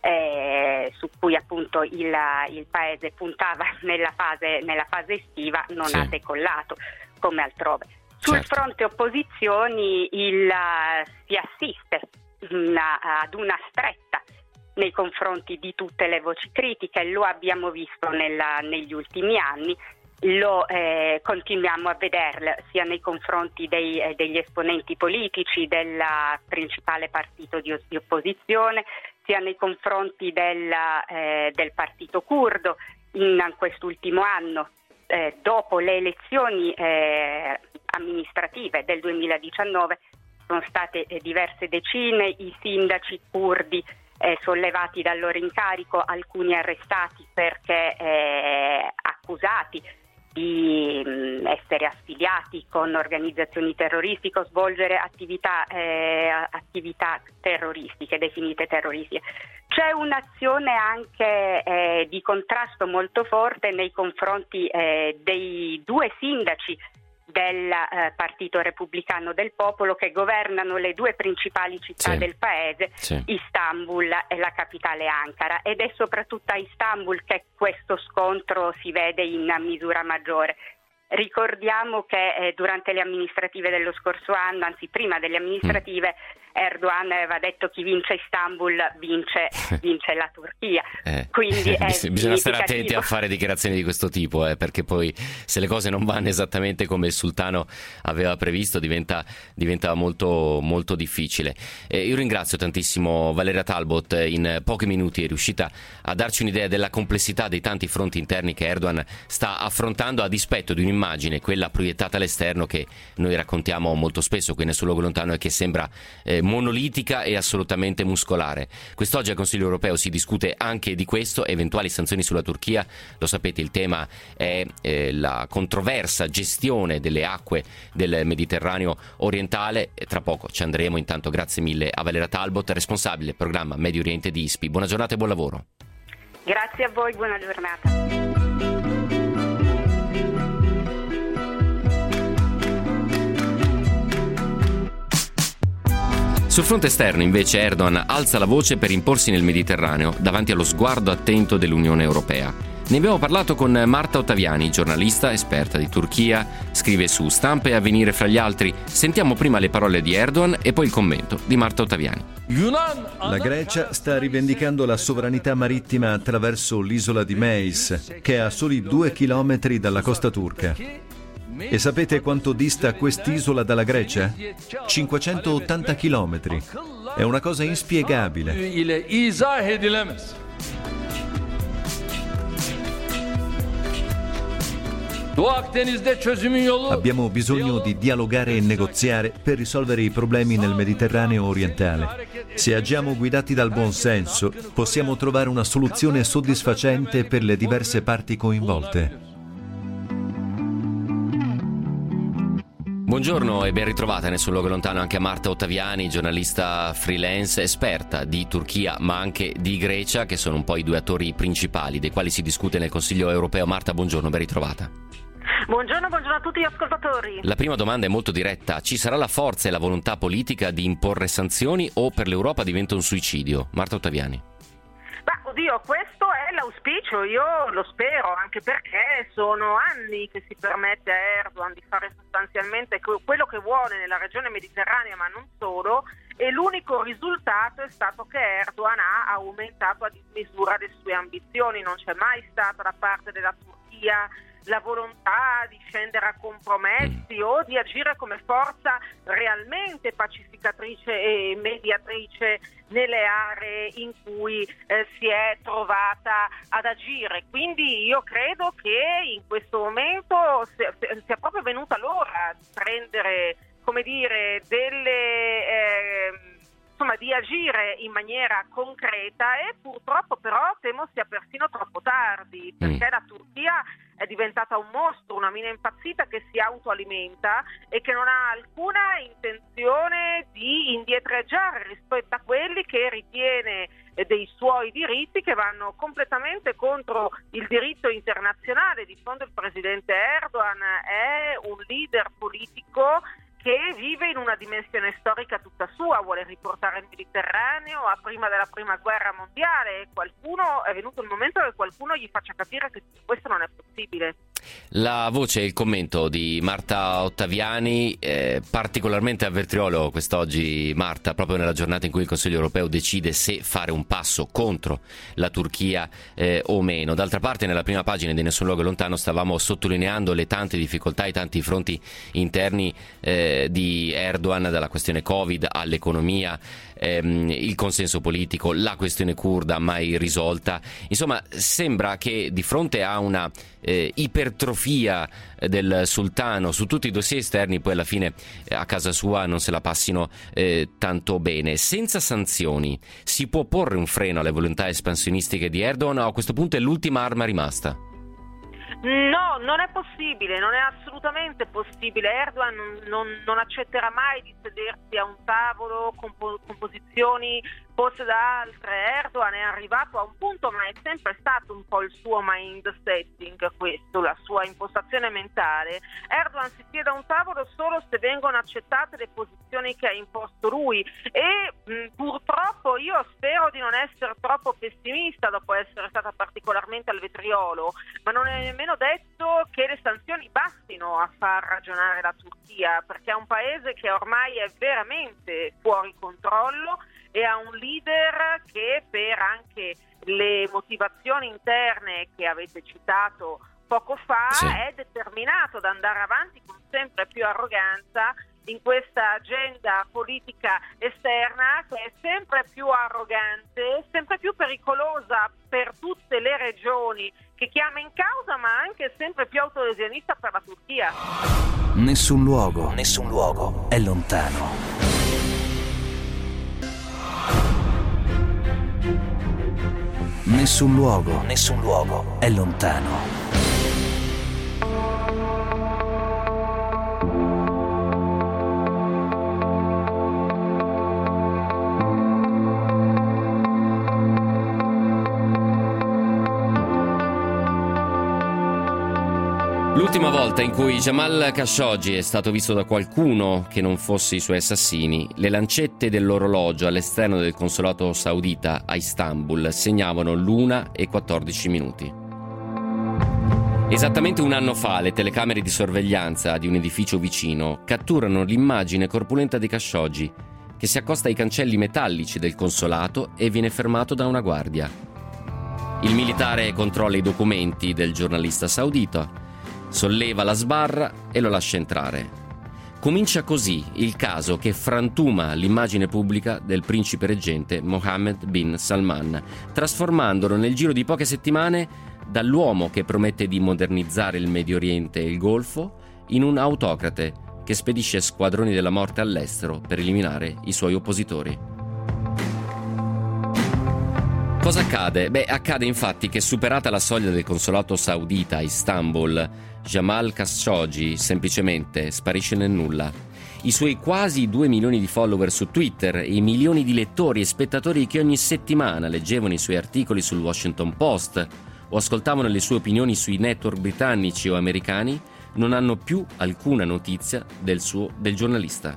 S9: su cui appunto il paese puntava nella fase estiva, non ha decollato come altrove. Sul fronte opposizioni si assiste ad una stretta nei confronti di tutte le voci critiche, lo abbiamo visto negli ultimi anni, lo continuiamo a vederlo sia nei confronti degli esponenti politici del principale partito di opposizione, sia nei confronti del partito curdo. In quest'ultimo anno, dopo le elezioni amministrative del 2019, sono state diverse decine i sindaci curdi sollevati dal loro incarico, alcuni arrestati perché accusati di essere affiliati con organizzazioni terroristiche o svolgere attività terroristiche, definite terroristiche. C'è un'azione anche di contrasto molto forte nei confronti dei due sindaci del Partito Repubblicano del Popolo che governano le due principali città del paese, Istanbul e la capitale Ankara, ed è soprattutto a Istanbul che questo scontro si vede in misura maggiore. Ricordiamo che durante le amministrative dello scorso anno, anzi prima delle amministrative, Erdogan aveva detto: chi vince Istanbul vince la Turchia. Quindi
S2: bisogna stare attenti a fare dichiarazioni di questo tipo, perché poi se le cose non vanno esattamente come il sultano aveva previsto diventa molto, molto difficile. Io ringrazio tantissimo Valeria Talbot, in pochi minuti è riuscita a darci un'idea della complessità dei tanti fronti interni che Erdogan sta affrontando, a dispetto di un'immagine, quella proiettata all'esterno, che noi raccontiamo molto spesso qui Nessun Luogo Lontano e che sembra monolitica e assolutamente muscolare. Quest'oggi al Consiglio europeo si discute anche di questo, eventuali sanzioni sulla Turchia. Lo sapete, il tema è la controversa gestione delle acque del Mediterraneo orientale, e tra poco ci andremo. Intanto grazie mille a Valeria Talbot, responsabile del programma Medio Oriente di ISPI. Buona giornata e buon lavoro.
S9: Grazie a voi, buona giornata.
S2: Sul fronte esterno, invece, Erdogan alza la voce per imporsi nel Mediterraneo davanti allo sguardo attento dell'Unione Europea. Ne abbiamo parlato con Marta Ottaviani, giornalista esperta di Turchia, scrive su Stampa e Avvenire fra gli altri. Sentiamo prima le parole di Erdogan e poi il commento di Marta Ottaviani.
S10: La Grecia sta rivendicando la sovranità marittima attraverso l'isola di Meis, che è a soli 2 chilometri dalla costa turca. E sapete quanto dista quest'isola dalla Grecia? 580 chilometri. È una cosa inspiegabile. Abbiamo bisogno di dialogare e negoziare per risolvere i problemi nel Mediterraneo orientale. Se agiamo guidati dal buon senso, possiamo trovare una soluzione soddisfacente per le diverse parti coinvolte.
S2: Buongiorno e ben ritrovata nel suo luogo lontano anche a Marta Ottaviani, giornalista freelance, esperta di Turchia ma anche di Grecia, che sono un po' i due attori principali dei quali si discute nel Consiglio europeo. Marta, buongiorno, ben ritrovata.
S8: Buongiorno a tutti gli ascoltatori.
S2: La prima domanda è molto diretta. Ci sarà la forza e la volontà politica di imporre sanzioni o per l'Europa diventa un suicidio? Marta Ottaviani.
S8: Oddio, questo è l'auspicio, io lo spero, anche perché sono anni che si permette a Erdogan di fare sostanzialmente quello che vuole nella regione mediterranea, ma non solo, e l'unico risultato è stato che Erdogan ha aumentato a dismisura le sue ambizioni. Non c'è mai stata da parte della Turchia la volontà di scendere a compromessi o di agire come forza realmente pacificatrice e mediatrice nelle aree in cui si è trovata ad agire. Quindi io credo che in questo momento sia proprio venuta l'ora di prendere, come dire, di agire in maniera concreta, e purtroppo però temo sia persino troppo tardi, perché la Turchia è diventata un mostro, una mina impazzita che si autoalimenta e che non ha alcuna intenzione di indietreggiare rispetto a quelli che ritiene dei suoi diritti, che vanno completamente contro il diritto internazionale. Di fondo il presidente Erdogan è un leader politico che vive in una dimensione storica tutta sua, vuole riportare il Mediterraneo a prima della prima guerra mondiale, e è venuto il momento che qualcuno gli faccia capire che questo non è possibile.
S2: La voce e il commento di Marta Ottaviani, particolarmente a Vertriolo quest'oggi, Marta, proprio nella giornata in cui il Consiglio europeo decide se fare un passo contro la Turchia o meno. D'altra parte, nella prima pagina di Nessun luogo lontano stavamo sottolineando le tante difficoltà, i tanti fronti interni di Erdogan, dalla questione Covid all'economia, il consenso politico, la questione curda mai risolta. Insomma, sembra che di fronte a una ipertrofia del sultano su tutti i dossier esterni, poi alla fine a casa sua non se la passino tanto bene. Senza sanzioni si può porre un freno alle volontà espansionistiche di Erdogan, o a questo punto è l'ultima arma rimasta?
S8: No, non è possibile, non è assolutamente possibile. Erdogan non accetterà mai di sedersi a un tavolo con posizioni poste da altre. Erdogan è arrivato a un punto, ma è sempre stato un po' il suo mind setting, questo, la sua impostazione mentale. Erdogan si siede a un tavolo solo se vengono accettate le posizioni che ha imposto lui, e purtroppo io spero di non essere troppo pessimista dopo essere stata particolarmente al vetriolo, ma non è nemmeno detto che le sanzioni bastino a far ragionare la Turchia, perché è un paese che ormai è veramente fuori controllo e ha un leader che, per anche le motivazioni interne che avete citato poco fa, sì, è determinato ad andare avanti con sempre più arroganza in questa agenda politica esterna, che è sempre più arrogante, sempre più pericolosa per tutte le regioni che chiama in causa, ma anche sempre più autolesionista per la Turchia.
S1: Nessun luogo è lontano. Nessun luogo è lontano.
S2: L'ultima volta in cui Jamal Khashoggi è stato visto da qualcuno che non fosse i suoi assassini, le lancette dell'orologio all'esterno del consolato saudita a Istanbul segnavano l'1:14. Esattamente un anno fa le telecamere di sorveglianza di un edificio vicino catturano l'immagine corpulenta di Khashoggi che si accosta ai cancelli metallici del consolato e viene fermato da una guardia. Il militare controlla i documenti del giornalista saudita, solleva la sbarra e lo lascia entrare. Comincia così il caso che frantuma l'immagine pubblica del principe reggente Mohammed bin Salman, trasformandolo nel giro di poche settimane dall'uomo che promette di modernizzare il Medio Oriente e il Golfo in un autocrate che spedisce squadroni della morte all'estero per eliminare i suoi oppositori. Cosa accade? Accade infatti che, superata la soglia del consolato saudita a Istanbul, Jamal Khashoggi semplicemente sparisce nel nulla. I suoi quasi 2 milioni di follower su Twitter e i milioni di lettori e spettatori che ogni settimana leggevano i suoi articoli sul Washington Post o ascoltavano le sue opinioni sui network britannici o americani non hanno più alcuna notizia del giornalista.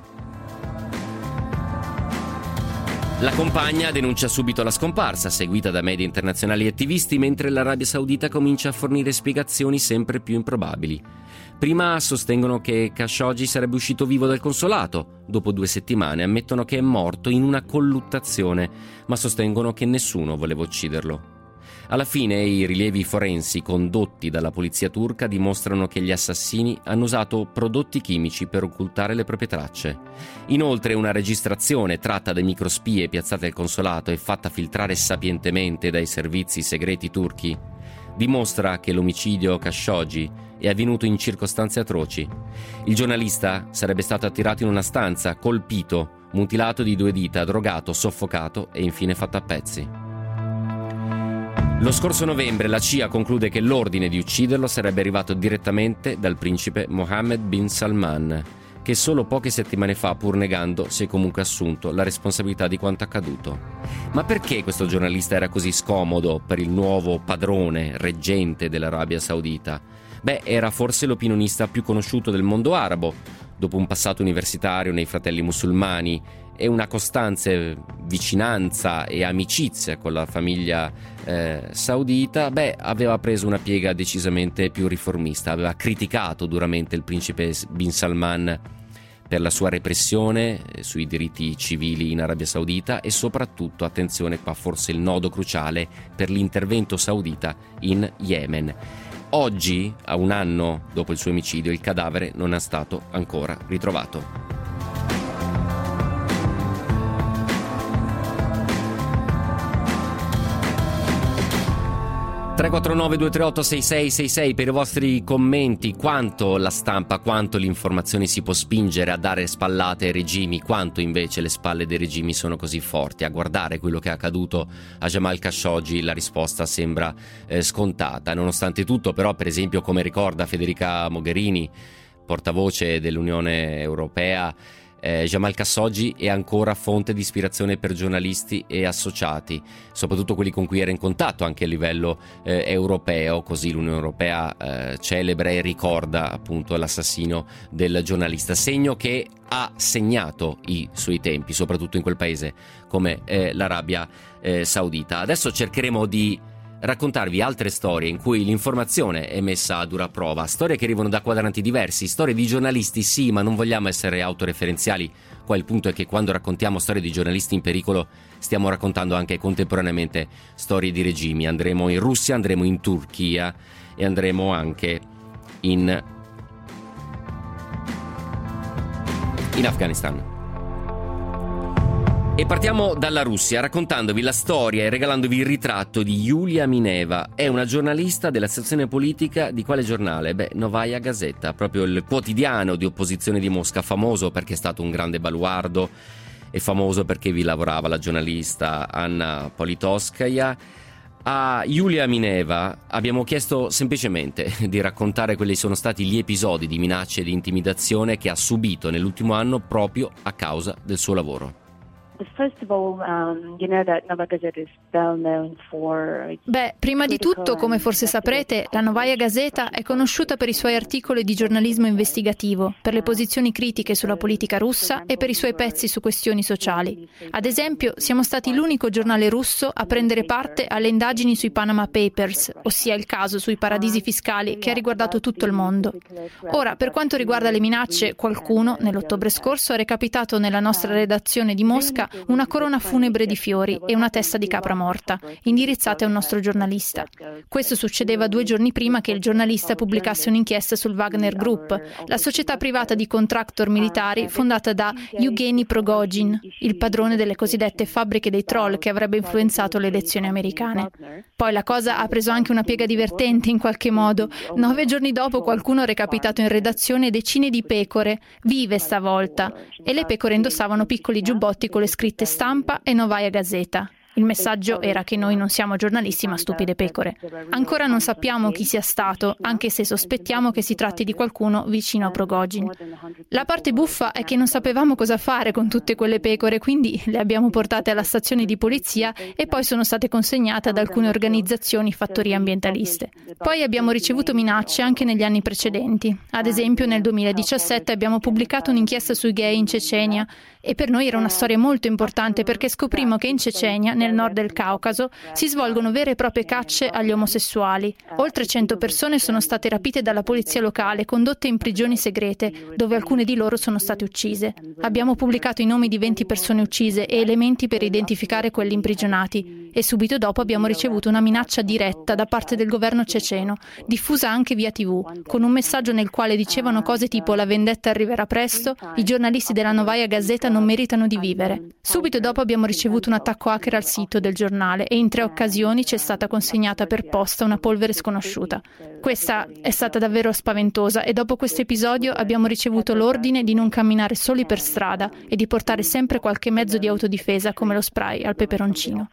S2: La compagna denuncia subito la scomparsa, seguita da media internazionali e attivisti, mentre l'Arabia Saudita comincia a fornire spiegazioni sempre più improbabili. Prima sostengono che Khashoggi sarebbe uscito vivo dal consolato, dopo 2 settimane ammettono che è morto in una colluttazione, ma sostengono che nessuno voleva ucciderlo. Alla fine i rilievi forensi condotti dalla polizia turca dimostrano che gli assassini hanno usato prodotti chimici per occultare le proprie tracce. Inoltre una registrazione tratta dai microspie piazzate al consolato e fatta filtrare sapientemente dai servizi segreti turchi dimostra che l'omicidio Khashoggi è avvenuto in circostanze atroci. Il giornalista sarebbe stato attirato in una stanza, colpito, mutilato di 2 dita, drogato, soffocato e infine fatto a pezzi. Lo scorso novembre la CIA conclude che l'ordine di ucciderlo sarebbe arrivato direttamente dal principe Mohammed bin Salman, che solo poche settimane fa, pur negando, si è comunque assunto la responsabilità di quanto accaduto. Ma perché questo giornalista era così scomodo per il nuovo padrone, reggente dell'Arabia Saudita? Era forse l'opinionista più conosciuto del mondo arabo, dopo un passato universitario nei Fratelli Musulmani e una costante vicinanza e amicizia con la famiglia saudita, aveva preso una piega decisamente più riformista. Aveva criticato duramente il principe bin Salman per la sua repressione sui diritti civili in Arabia Saudita e soprattutto, attenzione qua, forse il nodo cruciale, per l'intervento saudita in Yemen. Oggi, a un anno dopo il suo omicidio, il cadavere non è stato ancora ritrovato. 349-238-6666 per i vostri commenti. Quanto la stampa, quanto l'informazione si può spingere a dare spallate ai regimi, quanto invece le spalle dei regimi sono così forti. A guardare quello che è accaduto a Jamal Khashoggi la risposta sembra scontata. Nonostante tutto, però, per esempio, come ricorda Federica Mogherini, portavoce dell'Unione Europea, Jamal Khashoggi è ancora fonte di ispirazione per giornalisti e associati, soprattutto quelli con cui era in contatto anche a livello europeo. Così l'Unione Europea celebra e ricorda appunto l'assassinio del giornalista, segno che ha segnato i suoi tempi, soprattutto in quel paese come l'Arabia Saudita. Adesso cercheremo di raccontarvi altre storie in cui l'informazione è messa a dura prova, storie che arrivano da quadranti diversi, storie di giornalisti sì, ma non vogliamo essere autoreferenziali. Qua il punto è che quando raccontiamo storie di giornalisti in pericolo stiamo raccontando anche contemporaneamente storie di regimi. Andremo in Russia, andremo in Turchia e andremo anche in Afghanistan. E partiamo dalla Russia, raccontandovi la storia e regalandovi il ritratto di Yulia Mineva. È una giornalista della sezione politica di quale giornale? Novaya Gazeta, proprio il quotidiano di opposizione di Mosca, famoso perché è stato un grande baluardo e famoso perché vi lavorava la giornalista Anna Politkovskaya. A Yulia Mineva abbiamo chiesto semplicemente di raccontare quelli sono stati gli episodi di minacce e di intimidazione che ha subito nell'ultimo anno proprio a causa del suo lavoro.
S11: Beh, prima di tutto, come forse saprete, la Novaya Gazeta è conosciuta per i suoi articoli di giornalismo investigativo, per le posizioni critiche sulla politica russa e per i suoi pezzi su questioni sociali. Ad esempio, siamo stati l'unico giornale russo a prendere parte alle indagini sui Panama Papers, ossia il caso sui paradisi fiscali che ha riguardato tutto il mondo. Ora, per quanto riguarda le minacce, qualcuno, nell'ottobre scorso, ha recapitato nella nostra redazione di Mosca una corona funebre di fiori e una testa di capra morta, indirizzate a un nostro giornalista. Questo succedeva 2 giorni prima che il giornalista pubblicasse un'inchiesta sul Wagner Group, la società privata di contractor militari fondata da Yevgeny Prigozhin, il padrone delle cosiddette fabbriche dei troll che avrebbe influenzato le elezioni americane. Poi la cosa ha preso anche una piega divertente in qualche modo. 9 giorni dopo qualcuno ha recapitato in redazione decine di pecore, vive stavolta, e le pecore indossavano piccoli giubbotti con le scritte Stampa e Novaya Gazeta. Il messaggio era che noi non siamo giornalisti ma stupide pecore. Ancora non sappiamo chi sia stato, anche se sospettiamo che si tratti di qualcuno vicino a Prigozhin. La parte buffa è che non sapevamo cosa fare con tutte quelle pecore, quindi le abbiamo portate alla stazione di polizia e poi sono state consegnate ad alcune organizzazioni fattorie ambientaliste. Poi abbiamo ricevuto minacce anche negli anni precedenti. Ad esempio nel 2017 abbiamo pubblicato un'inchiesta sui gay in Cecenia e per noi era una storia molto importante perché scoprimo che in Cecenia, nel nord del Caucaso, si svolgono vere e proprie cacce agli omosessuali. Oltre 100 persone sono state rapite dalla polizia locale, condotte in prigioni segrete, dove alcune di loro sono state uccise. Abbiamo pubblicato i nomi di 20 persone uccise e elementi per identificare quelli imprigionati e subito dopo abbiamo ricevuto una minaccia diretta da parte del governo ceceno, diffusa anche via TV, con un messaggio nel quale dicevano cose tipo la vendetta arriverà presto, i giornalisti della Novaya Gazeta non meritano di vivere. Subito dopo abbiamo ricevuto un attacco hacker al sito del giornale e in 3 occasioni ci è stata consegnata per posta una polvere sconosciuta. Questa è stata davvero spaventosa e dopo questo episodio abbiamo ricevuto l'ordine di non camminare soli per strada e di portare sempre qualche mezzo di autodifesa come lo spray al peperoncino.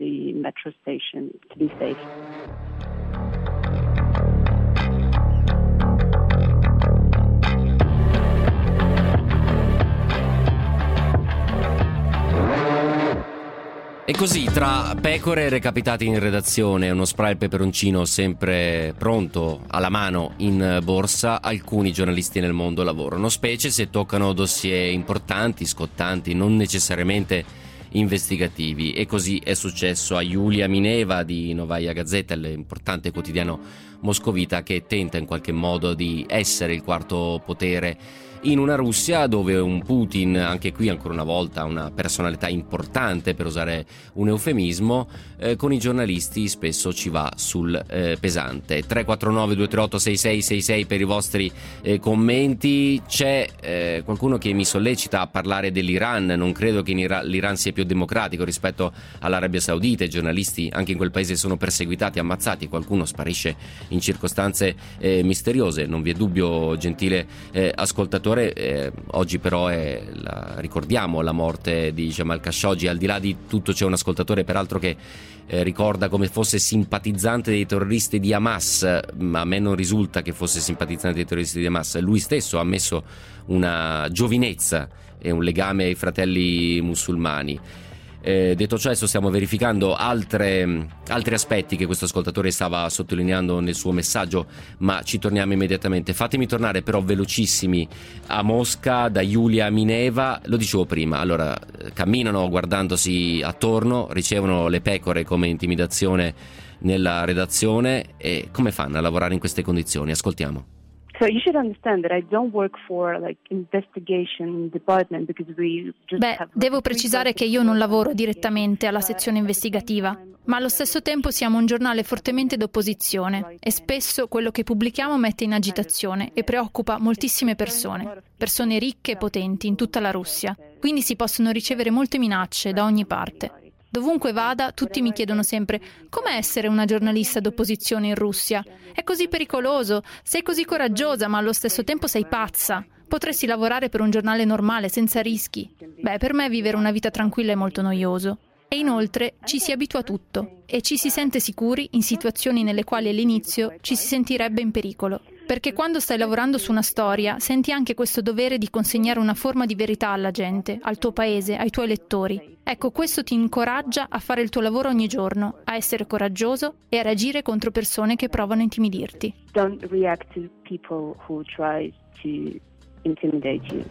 S2: E così, tra pecore recapitate in redazione e uno spray al peperoncino sempre pronto alla mano in borsa, alcuni giornalisti nel mondo lavorano, specie se toccano dossier importanti, scottanti, non necessariamente investigativi. E così è successo a Yulia Mineva di Novaya Gazeta, l'importante quotidiano moscovita che tenta in qualche modo di essere il quarto potere in una Russia dove un Putin, anche qui ancora una volta una personalità importante per usare un eufemismo, con i giornalisti spesso ci va sul pesante. 349 238 6666 per i vostri commenti. C'è qualcuno che mi sollecita a parlare dell'Iran. Non credo che l'Iran sia più democratico rispetto all'Arabia Saudita. I giornalisti anche in quel paese sono perseguitati, ammazzati, qualcuno sparisce in circostanze misteriose, non vi è dubbio, gentile ascoltatore. Oggi però ricordiamo la morte di Jamal Khashoggi. Al di là di tutto c'è un ascoltatore peraltro che ricorda come fosse simpatizzante dei terroristi di Hamas, ma a me non risulta che fosse simpatizzante dei terroristi di Hamas. Lui stesso ha ammesso una giovinezza e un legame ai fratelli musulmani. Detto ciò, adesso stiamo verificando altri aspetti che questo ascoltatore stava sottolineando nel suo messaggio, ma ci torniamo immediatamente. Fatemi tornare però velocissimi a Mosca da Yulia Mineva. Lo dicevo prima, allora camminano guardandosi attorno, ricevono le pecore come intimidazione nella redazione, e come fanno a lavorare in queste condizioni? Ascoltiamo.
S11: Devo precisare che io non lavoro direttamente alla sezione investigativa, ma allo stesso tempo siamo un giornale fortemente d'opposizione e spesso quello che pubblichiamo mette in agitazione e preoccupa moltissime persone ricche e potenti in tutta la Russia, quindi si possono ricevere molte minacce da ogni parte. Dovunque vada, tutti mi chiedono sempre: com'è essere una giornalista d'opposizione in Russia? È così pericoloso, sei così coraggiosa, ma allo stesso tempo sei pazza. Potresti lavorare per un giornale normale, senza rischi. Per me vivere una vita tranquilla è molto noioso. E inoltre ci si abitua a tutto e ci si sente sicuri in situazioni nelle quali all'inizio ci si sentirebbe in pericolo. Perché quando stai lavorando su una storia, senti anche questo dovere di consegnare una forma di verità alla gente, al tuo paese, ai tuoi lettori. Ecco, questo ti incoraggia a fare il tuo lavoro ogni giorno, a essere coraggioso e a reagire contro persone che provano a intimidirti.
S12: Don't react to people who try to intimidate you.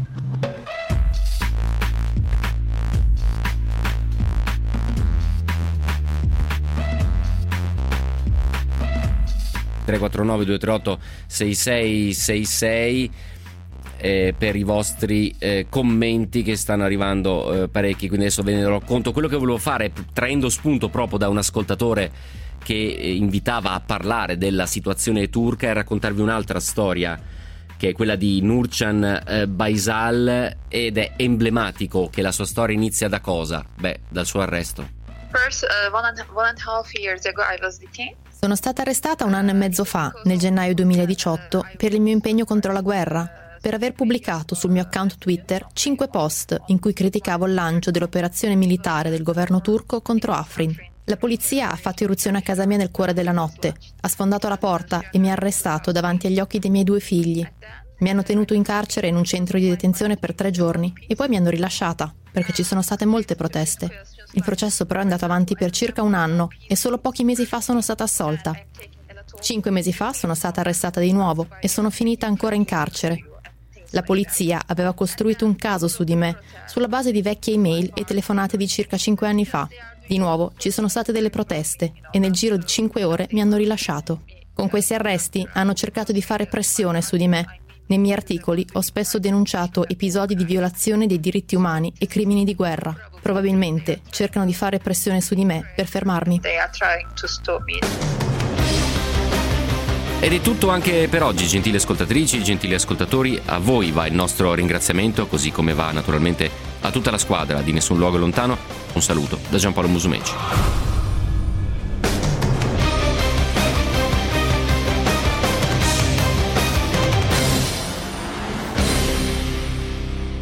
S2: (349-238-6666) per i vostri commenti, che stanno arrivando parecchi, quindi adesso ve ne darò conto. Quello che volevo fare, traendo spunto proprio da un ascoltatore che invitava a parlare della situazione turca, è raccontarvi un'altra storia, che è quella di Nurcan Baysal, ed è emblematico che la sua storia inizia da cosa? Beh, dal suo arresto.
S13: Sono stata arrestata 1 anno e mezzo fa, nel gennaio 2018, per il mio impegno contro la guerra, per aver pubblicato sul mio account Twitter 5 post in cui criticavo il lancio dell'operazione militare del governo turco contro Afrin. La polizia ha fatto irruzione a casa mia nel cuore della notte, ha sfondato la porta e mi ha arrestato davanti agli occhi dei miei 2 figli. Mi hanno tenuto in carcere in un centro di detenzione per 3 giorni e poi mi hanno rilasciata, perché ci sono state molte proteste. Il processo però è andato avanti per circa 1 anno e solo pochi mesi fa sono stata assolta. 5 mesi fa sono stata arrestata di nuovo e sono finita ancora in carcere. La polizia aveva costruito un caso su di me sulla base di vecchie email e telefonate di circa 5 anni fa. Di nuovo ci sono state delle proteste e nel giro di 5 ore mi hanno rilasciato. Con questi arresti hanno cercato di fare pressione su di me. Nei miei articoli ho spesso denunciato episodi di violazione dei diritti umani e crimini di guerra. Probabilmente cercano di fare pressione su di me per fermarmi.
S2: Ed è tutto anche per oggi, gentili ascoltatrici, gentili ascoltatori. A voi va il nostro ringraziamento, così come va naturalmente a tutta la squadra di Nessun Luogo Lontano. Un saluto da Giampaolo Musumeci.